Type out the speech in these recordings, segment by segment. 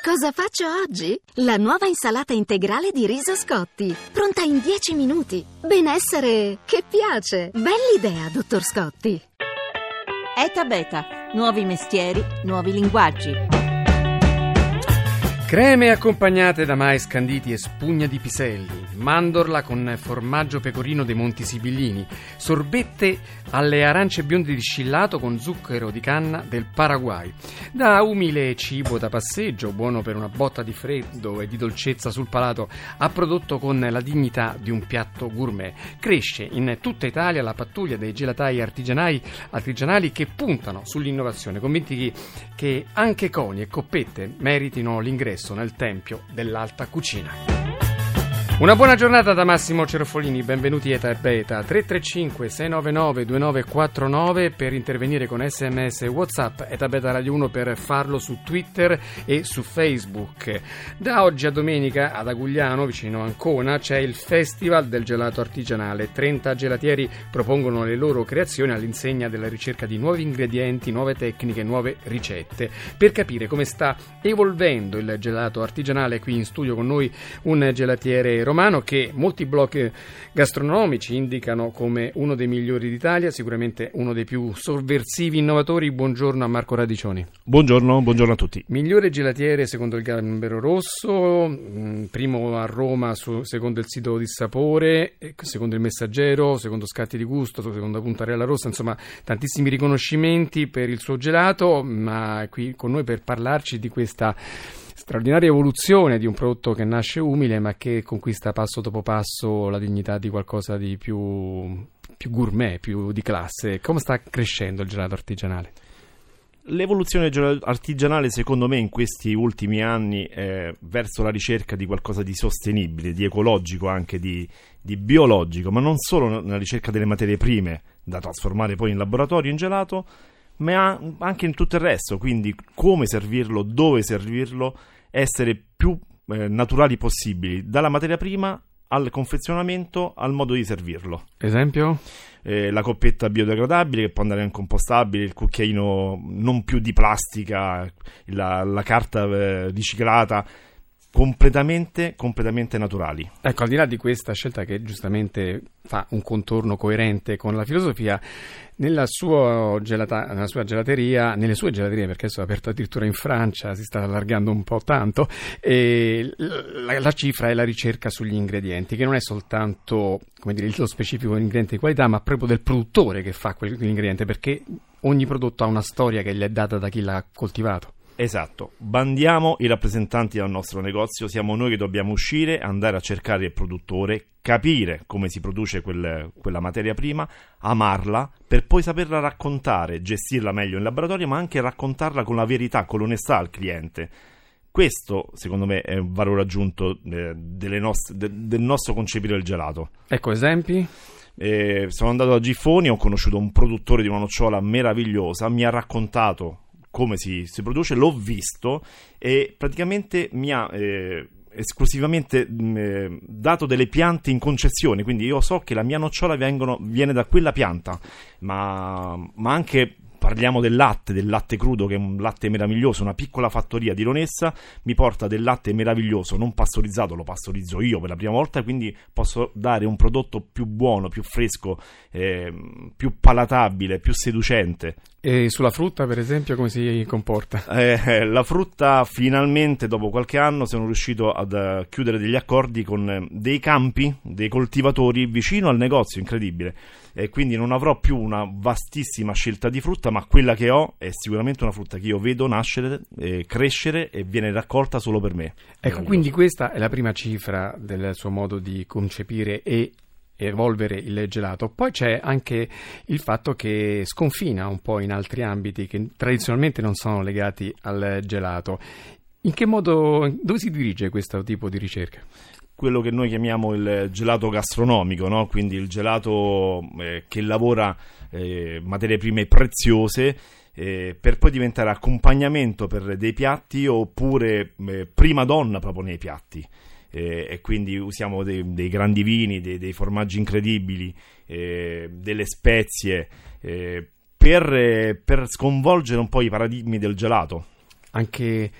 Cosa faccio oggi? La nuova insalata integrale di riso Scotti, pronta in 10 minuti. Benessere che piace. Bell'idea, dottor Scotti. ETA Beta, nuovi mestieri, nuovi linguaggi. Creme accompagnate da mais canditi e spugna di piselli, mandorla con formaggio pecorino dei Monti Sibillini, sorbette alle arance bionde di scillato con zucchero di canna del Paraguay. Da umile cibo da passeggio, buono per una botta di freddo e di dolcezza sul palato, a prodotto con la dignità di un piatto gourmet. Cresce in tutta Italia la pattuglia dei gelatai artigianali che puntano sull'innovazione, convinti che anche coni e coppette meritino l'ingresso nel tempio dell'alta cucina. Una buona giornata da Massimo Cerofolini, benvenuti ETA e Beta. 335 699 2949 per intervenire con SMS e WhatsApp, ETA Beta Radio 1 per farlo su Twitter e su Facebook. Da oggi a domenica ad Agugliano, vicino Ancona, c'è il Festival del Gelato Artigianale. 30 gelatieri propongono le loro creazioni all'insegna della ricerca di nuovi ingredienti, nuove tecniche, nuove ricette. Per capire come sta evolvendo il gelato artigianale, qui in studio con noi un gelatiere romano che molti blog gastronomici indicano come uno dei migliori d'Italia, sicuramente uno dei più sovversivi innovatori. Buongiorno a Marco Radicioni. Buongiorno a tutti. Migliore gelatiere secondo il Gambero Rosso, primo a Roma secondo il sito di Sapore, secondo il Messaggero, secondo Scatti di Gusto, secondo Puntarella Rossa, insomma tantissimi riconoscimenti per il suo gelato, ma qui con noi per parlarci di questa straordinaria evoluzione di un prodotto che nasce umile ma che conquista passo dopo passo la dignità di qualcosa di più gourmet, più di classe. Come sta crescendo il gelato artigianale? L'evoluzione del gelato artigianale secondo me in questi ultimi anni è verso la ricerca di qualcosa di sostenibile, di ecologico, anche di biologico, ma non solo nella ricerca delle materie prime da trasformare poi in laboratorio in gelato, ma anche in tutto il resto, quindi come servirlo, dove servirlo, essere più naturali possibili, dalla materia prima al confezionamento al modo di servirlo. Esempio? La coppetta biodegradabile che può andare in compostabile, il cucchiaino non più di plastica, la carta riciclata, completamente naturali. Ecco, al di là di questa scelta che giustamente fa un contorno coerente con la filosofia, nelle sue gelaterie, perché adesso è aperto addirittura in Francia, si sta allargando un po' tanto, e la cifra è la ricerca sugli ingredienti, che non è soltanto, come dire, lo specifico ingrediente di qualità, ma proprio del produttore che fa quell'ingrediente, perché ogni prodotto ha una storia che gli è data da chi l'ha coltivato. Esatto, bandiamo i rappresentanti del nostro negozio, siamo noi che dobbiamo uscire, andare a cercare il produttore, capire come si produce quella materia prima, amarla, per poi saperla raccontare, gestirla meglio in laboratorio, ma anche raccontarla con la verità, con l'onestà al cliente. Questo, secondo me, è un valore aggiunto del nostro concepire il gelato. Ecco, esempi? Sono andato a Giffoni, ho conosciuto un produttore di una nocciola meravigliosa, mi ha raccontato come si produce, l'ho visto e praticamente mi ha esclusivamente dato delle piante in concessione, quindi io so che la mia nocciola viene da quella pianta, ma anche parliamo del latte crudo, che è un latte meraviglioso, una piccola fattoria di Lonessa mi porta del latte meraviglioso, non pastorizzato, lo pastorizzo io per la prima volta, quindi posso dare un prodotto più buono, più fresco, più palatabile, più seducente. E sulla frutta, per esempio, come si comporta? La frutta, finalmente, dopo qualche anno, sono riuscito ad chiudere degli accordi con dei campi, dei coltivatori vicino al negozio, incredibile. E quindi non avrò più una vastissima scelta di frutta, ma quella che ho è sicuramente una frutta che io vedo nascere, crescere e viene raccolta solo per me. Ecco, quindi questa è la prima cifra del suo modo di concepire e evolvere il gelato. Poi c'è anche il fatto che sconfina un po' in altri ambiti che tradizionalmente non sono legati al gelato. In che modo, dove si dirige questo tipo di ricerca? Quello che noi chiamiamo il gelato gastronomico, no? Quindi il gelato che lavora materie prime preziose per poi diventare accompagnamento per dei piatti oppure prima donna proprio nei piatti. E quindi usiamo dei grandi vini, dei formaggi incredibili, delle spezie per sconvolgere un po' i paradigmi del gelato. Anche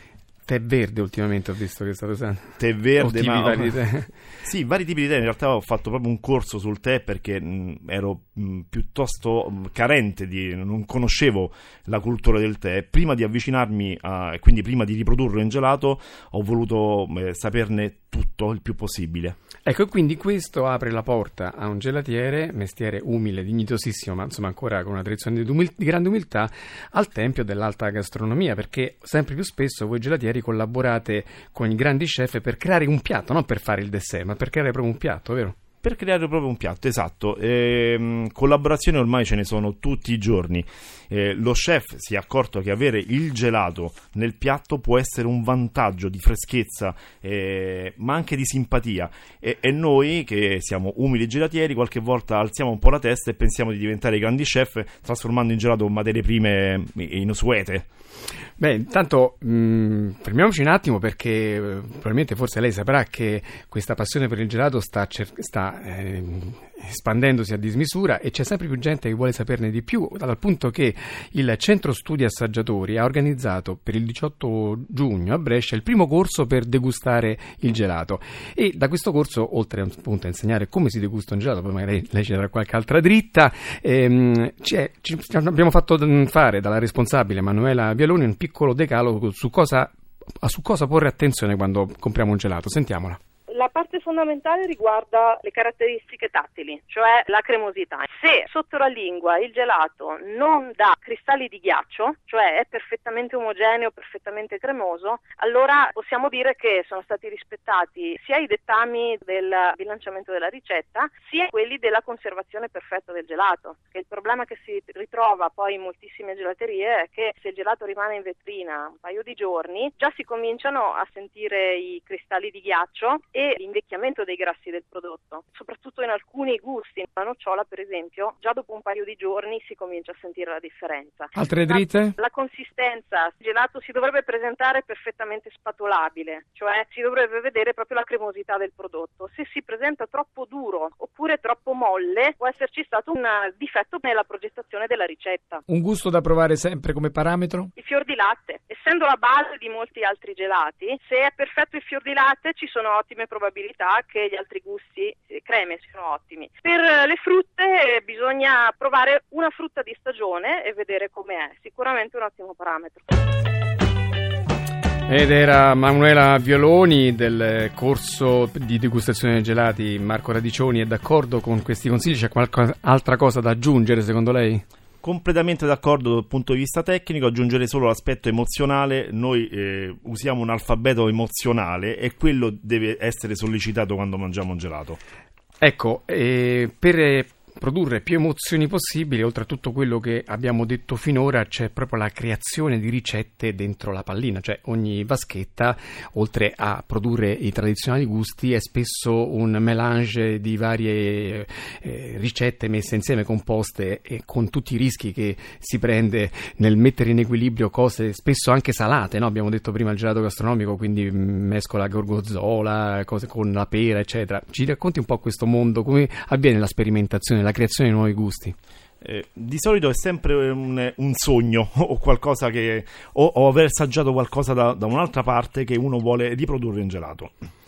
tè verde ultimamente ho visto che state usando. Tè verde, vari di tè. Sì, vari tipi di tè. In realtà ho fatto proprio un corso sul tè perché ero piuttosto carente, non conoscevo la cultura del tè. Prima di avvicinarmi e quindi prima di riprodurlo in gelato, ho voluto saperne tutto il più possibile. Ecco, quindi questo apre la porta a un gelatiere, mestiere umile, dignitosissimo, ma insomma ancora con una tradizione di grande umiltà, al tempio dell'alta gastronomia, perché sempre più spesso voi gelatieri collaborate con i grandi chef per creare un piatto, non per fare il dessert, ma per creare proprio un piatto, vero? Per creare proprio un piatto, esatto. Collaborazioni ormai ce ne sono tutti i giorni. Lo chef si è accorto che avere il gelato nel piatto può essere un vantaggio di freschezza, ma anche di simpatia. E noi, che siamo umili gelatieri, qualche volta alziamo un po' la testa e pensiamo di diventare grandi chef, trasformando in gelato materie prime inusuete. Beh, intanto fermiamoci un attimo, perché probabilmente forse lei saprà che questa passione per il gelato sta espandendosi a dismisura e c'è sempre più gente che vuole saperne di più, dal punto che il Centro Studi Assaggiatori ha organizzato per il 18 giugno a Brescia il primo corso per degustare il gelato, e da questo corso, oltre appunto a insegnare come si degusta un gelato, poi magari lei ci darà qualche altra dritta, abbiamo fatto fare dalla responsabile Manuela Vialoni un piccolo decalogo su cosa porre attenzione quando compriamo un gelato. Sentiamola. La parte fondamentale riguarda le caratteristiche tattili, cioè la cremosità. Se sotto la lingua il gelato non dà cristalli di ghiaccio, cioè è perfettamente omogeneo, perfettamente cremoso, allora possiamo dire che sono stati rispettati sia i dettami del bilanciamento della ricetta, sia quelli della conservazione perfetta del gelato. Che il problema che si ritrova poi in moltissime gelaterie è che se il gelato rimane in vetrina un paio di giorni, già si cominciano a sentire i cristalli di ghiaccio e l'invecchiamento dei grassi del prodotto, soprattutto in alcuni gusti. La nocciola, per esempio, già dopo un paio di giorni si comincia a sentire la differenza. Altre dritte? La consistenza, il gelato si dovrebbe presentare perfettamente spatolabile, cioè si dovrebbe vedere proprio la cremosità del prodotto. Se si presenta troppo duro oppure troppo molle, può esserci stato un difetto nella progettazione della ricetta. Un gusto da provare sempre come parametro? Il fior di latte, essendo la base di molti altri gelati, se è perfetto il fior di latte ci sono ottime probabilità che gli altri gusti creme siano ottimi. Per le frutte bisogna provare una frutta di stagione e vedere com'è, sicuramente un ottimo parametro. Ed era Manuela Violoni del corso di degustazione dei gelati. Marco Radiccioni è d'accordo con questi consigli? C'è qualche altra cosa da aggiungere secondo lei? Completamente d'accordo dal punto di vista tecnico, aggiungerei solo l'aspetto emozionale. Noi usiamo un alfabeto emozionale e quello deve essere sollecitato quando mangiamo un gelato. Ecco, per produrre più emozioni possibili, oltre a tutto quello che abbiamo detto finora, c'è proprio la creazione di ricette dentro la pallina, cioè ogni vaschetta, oltre a produrre i tradizionali gusti, è spesso un mélange di varie ricette messe insieme, composte, e con tutti i rischi che si prende nel mettere in equilibrio cose spesso anche salate, no? Abbiamo detto prima il gelato gastronomico, quindi mescola gorgonzola, cose con la pera, eccetera. Ci racconti un po' questo mondo, come avviene la sperimentazione, la creazione di nuovi gusti? Di solito è sempre un sogno o qualcosa che o aver assaggiato qualcosa da un'altra parte che uno vuole riprodurre in gelato.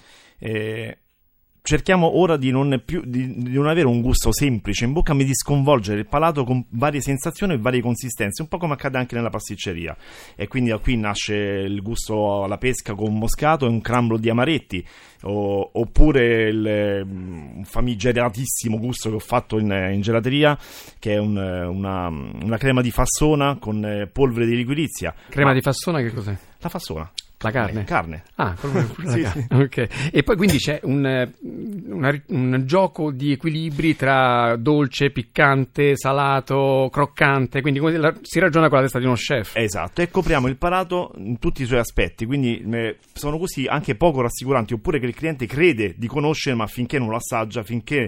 Cerchiamo ora di non avere un gusto semplice in bocca, ma di sconvolgere il palato con varie sensazioni e varie consistenze, un po' come accade anche nella pasticceria. E quindi da qui nasce il gusto alla pesca con moscato e un crumble di amaretti, oppure un famigeratissimo gusto che ho fatto in gelateria, che è una crema di fassona con polvere di liquirizia. Crema di fassona che cos'è? La fassona. La carne? Carne. Ah, proprio la sì, carne. sì. Ok. E poi quindi c'è un gioco di equilibri tra dolce, piccante, salato, croccante, quindi si ragiona con la testa di uno chef. Esatto, e copriamo il palato in tutti i suoi aspetti, quindi sono così anche poco rassicuranti, oppure che il cliente crede di conoscere, ma finché non lo assaggia, finché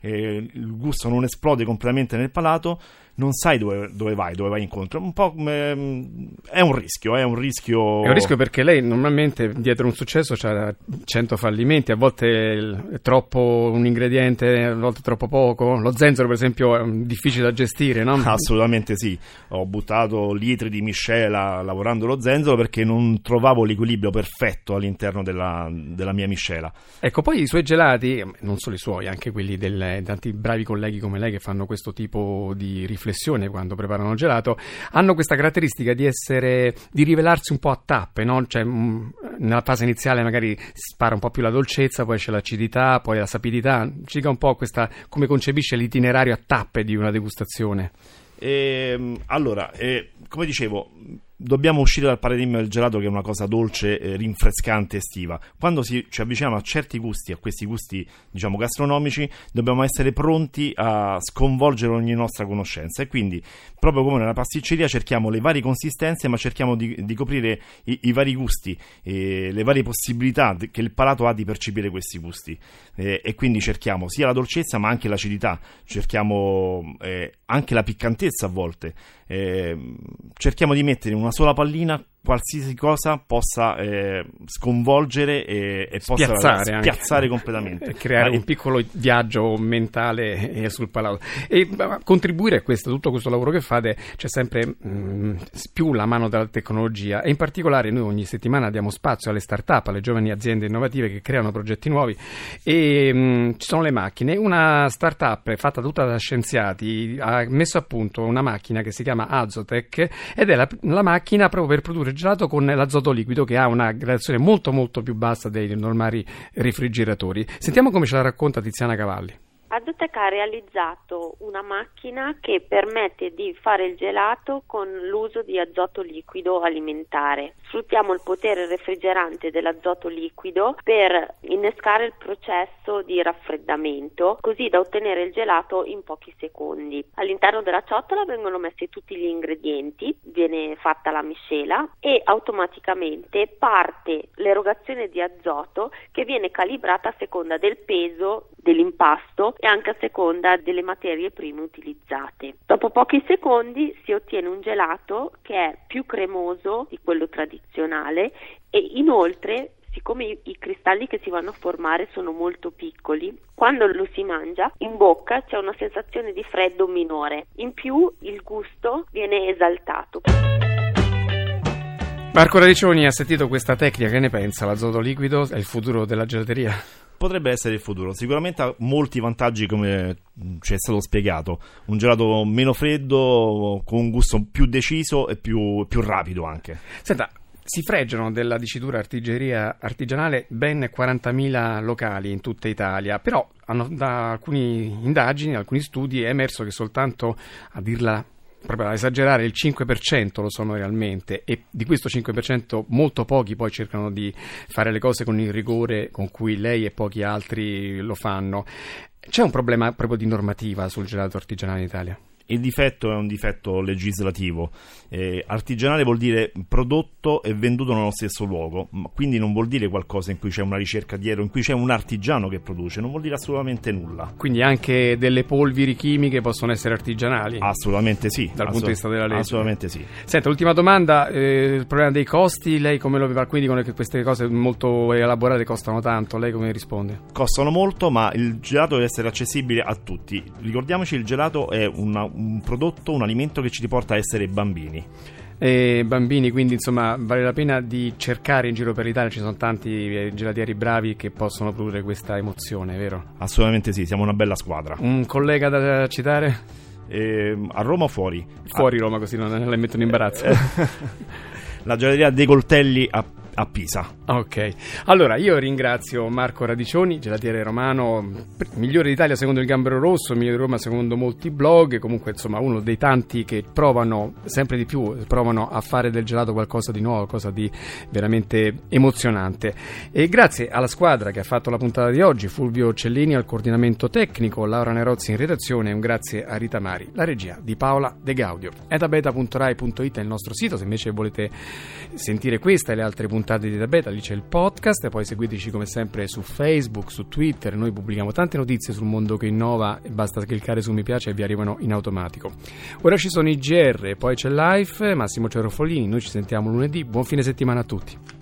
il gusto non esplode completamente nel palato, non sai dove vai incontro. Un po' è un rischio. È un rischio perché lei normalmente dietro un successo c'ha 100 fallimenti, a volte è troppo un ingrediente, a volte troppo poco. Lo zenzero, per esempio, è difficile da gestire, no? Assolutamente sì. Ho buttato litri di miscela lavorando lo zenzero perché non trovavo l'equilibrio perfetto all'interno della mia miscela. Ecco, poi i suoi gelati, non solo i suoi, anche quelli di tanti bravi colleghi come lei che fanno questo tipo di riflessione quando preparano il gelato, hanno questa caratteristica di rivelarsi un po' a tappe, no? Cioè, nella fase iniziale magari spara un po' più la dolcezza, poi c'è l'acidità, poi la sapidità. Ci dica un po' come concepisce l'itinerario a tappe di una degustazione. Allora, come dicevo, dobbiamo uscire dal paradigma del gelato, che è una cosa dolce, rinfrescante, estiva. Quando ci avviciniamo a certi gusti, a questi gusti diciamo gastronomici, dobbiamo essere pronti a sconvolgere ogni nostra conoscenza, e quindi proprio come nella pasticceria cerchiamo le varie consistenze, ma cerchiamo di coprire i vari gusti, le varie possibilità che il palato ha di percepire questi gusti, e quindi cerchiamo sia la dolcezza ma anche l'acidità, cerchiamo anche la piccantezza a volte, cerchiamo di mettere in una sola pallina qualsiasi cosa possa sconvolgere e possa spiazzare completamente, e creare un piccolo viaggio mentale sul palato, e contribuire a tutto questo lavoro che fate. C'è sempre più la mano della tecnologia, e in particolare noi ogni settimana diamo spazio alle start-up, alle giovani aziende innovative che creano progetti nuovi, e ci sono le macchine. Una start-up fatta tutta da scienziati ha messo a punto una macchina che si chiama Azotec, ed è la macchina proprio per produrre gelato con l'azoto liquido, che ha una gradazione molto molto più bassa dei normali refrigeratori. Sentiamo come ce la racconta Tiziana Cavalli. Azotec ha realizzato una macchina che permette di fare il gelato con l'uso di azoto liquido alimentare. Sfruttiamo il potere refrigerante dell'azoto liquido per innescare il processo di raffreddamento, così da ottenere il gelato in pochi secondi. All'interno della ciotola vengono messi tutti gli ingredienti, viene fatta la miscela e automaticamente parte l'erogazione di azoto, che viene calibrata a seconda del peso dell'impasto e anche a seconda delle materie prime utilizzate. Dopo pochi secondi si ottiene un gelato che è più cremoso di quello tradizionale, e inoltre, siccome i cristalli che si vanno a formare sono molto piccoli, quando lo si mangia in bocca c'è una sensazione di freddo minore, in più il gusto viene esaltato. Marco Radiccioni ha sentito questa tecnica, che ne pensa? L'azoto liquido è il futuro della gelateria? Potrebbe essere il futuro, sicuramente ha molti vantaggi, come ci è stato spiegato. Un gelato meno freddo, con un gusto più deciso e più rapido anche. Senta, si freggiano della dicitura artigianale ben 40.000 locali in tutta Italia, però da alcune indagini, alcuni studi, è emerso che soltanto, a dirla proprio a esagerare, il 5% lo sono realmente, e di questo 5% molto pochi poi cercano di fare le cose con il rigore con cui lei e pochi altri lo fanno. C'è un problema proprio di normativa sul gelato artigianale in Italia? Il difetto è un difetto legislativo. Artigianale vuol dire prodotto e venduto nello stesso luogo, quindi non vuol dire qualcosa in cui c'è una ricerca dietro, in cui c'è un artigiano che produce, non vuol dire assolutamente nulla. Quindi anche delle polveri chimiche possono essere artigianali? Assolutamente sì. Dal punto di vista della legge? Assolutamente sì. Senta, ultima domanda, il problema dei costi, lei come lo vive? Alcuni dicono che queste cose molto elaborate costano tanto, lei come risponde? Costano molto, ma il gelato deve essere accessibile a tutti. Ricordiamoci, il gelato è un prodotto, un alimento che ci riporta a essere bambini. Bambini, quindi insomma vale la pena di cercare in giro per l'Italia, ci sono tanti gelatieri bravi che possono produrre questa emozione, vero? Assolutamente sì, siamo una bella squadra. Un collega da citare? A Roma o fuori? Fuori Roma, così non le mettono in imbarazzo. La gelateria dei Coltelli a Pisa. Ok, allora io ringrazio Marco Radiccioni, gelatiere romano, migliore d'Italia secondo il Gambero Rosso, migliore di Roma secondo molti blog, comunque insomma uno dei tanti che provano sempre di più a fare del gelato qualcosa di nuovo, qualcosa di veramente emozionante. E grazie alla squadra che ha fatto la puntata di oggi, Fulvio Cellini al coordinamento tecnico, Laura Nerozzi in redazione, e un grazie a Rita Mari, la regia di Paola De Gaudio. etabeta.rai.it è il nostro sito, se invece volete sentire questa e le altre puntate puntate di Eta Beta, lì c'è il podcast, e poi seguiteci come sempre su Facebook, su Twitter, noi pubblichiamo tante notizie sul mondo che innova e basta cliccare su mi piace e vi arrivano in automatico. Ora ci sono i GR, poi c'è Life, Massimo Cerofolini, noi ci sentiamo lunedì, buon fine settimana a tutti.